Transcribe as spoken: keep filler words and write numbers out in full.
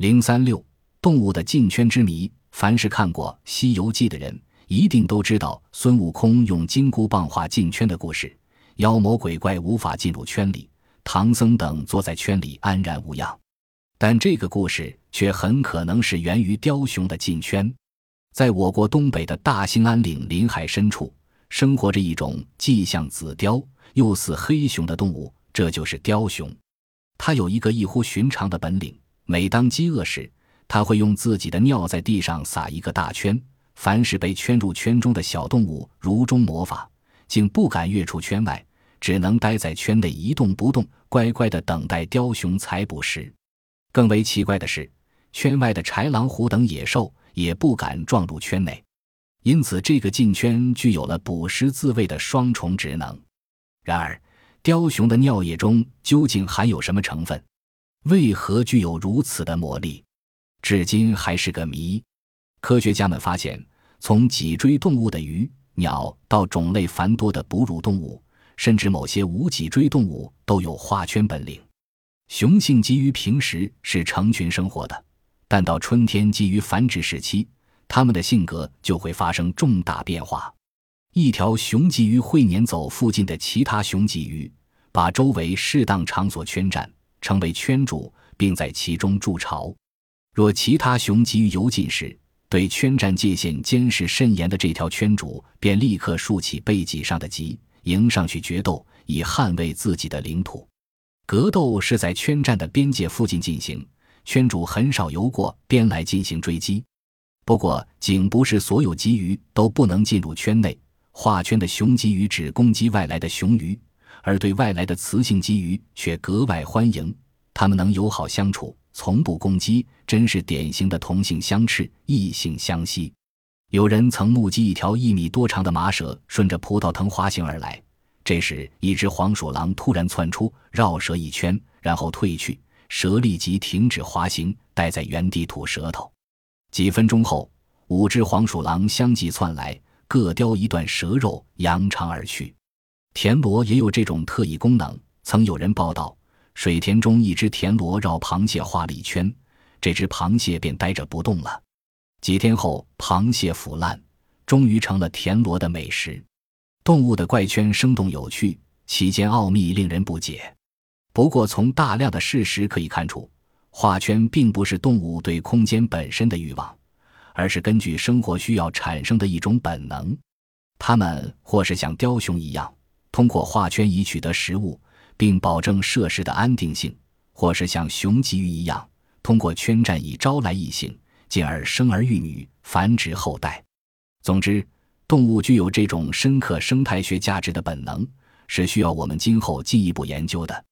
零三六动物的进圈之谜。凡是看过《西游记》的人一定都知道孙悟空用金箍棒画进圈的故事，妖魔鬼怪无法进入圈里，唐僧等坐在圈里安然无恙。但这个故事却很可能是源于雕熊的进圈。在我国东北的大兴安岭林海深处，生活着一种既像紫貂又似黑熊的动物，这就是雕熊。它有一个异乎寻常的本领，每当饥饿时，它会用自己的尿在地上撒一个大圈，凡是被圈入圈中的小动物如中魔法，竟不敢跃出圈外，只能待在圈内一动不动，乖乖地等待雕熊采捕食。更为奇怪的是，圈外的豺狼虎等野兽也不敢撞入圈内，因此这个进圈具有了捕食自卫的双重职能。然而，雕熊的尿液中究竟含有什么成分？为何具有如此的魔力？至今还是个谜。科学家们发现，从脊椎动物的鱼、鸟到种类繁多的哺乳动物，甚至某些无脊椎动物都有画圈本领。雄性鲫鱼平时是成群生活的，但到春天鲫鱼繁殖时期，它们的性格就会发生重大变化。一条雄鲫鱼会撵走附近的其他雄鲫鱼，把周围适当场所圈占，成为圈主，并在其中筑巢。若其他雄鲫鱼游近时，对圈占界限监视甚严的这条圈主便立刻竖起背脊上的脊，迎上去决斗，以捍卫自己的领土。格斗是在圈占的边界附近进行，圈主很少游过边来进行追击。不过，竟不是所有鲫鱼都不能进入圈内，画圈的雄鲫鱼只攻击外来的雄鱼，而对外来的雌性鲫鱼却格外欢迎，它们能友好相处，从不攻击，真是典型的同性相斥，异性相吸。有人曾目击一条一米多长的麻蛇顺着葡萄藤滑行而来，这时一只黄鼠狼突然窜出，绕蛇一圈，然后退去，蛇立即停止滑行，待在原地吐舌头。几分钟后，五只黄鼠狼相继窜来，各叼一段蛇肉，扬长而去。田螺也有这种特异功能，曾有人报道，水田中一只田螺绕螃蟹画了一圈，这只螃蟹便呆着不动了。几天后，螃蟹腐烂，终于成了田螺的美食。动物的怪圈生动有趣，其间奥秘令人不解。不过从大量的事实可以看出，画圈并不是动物对空间本身的欲望，而是根据生活需要产生的一种本能。它们或是像雕熊一样，通过画圈以取得食物，并保证设施的安定性，或是像雄鲫鱼一样，通过圈占以招来异性，进而生儿育女，繁殖后代。总之，动物具有这种深刻生态学价值的本能，是需要我们今后进一步研究的。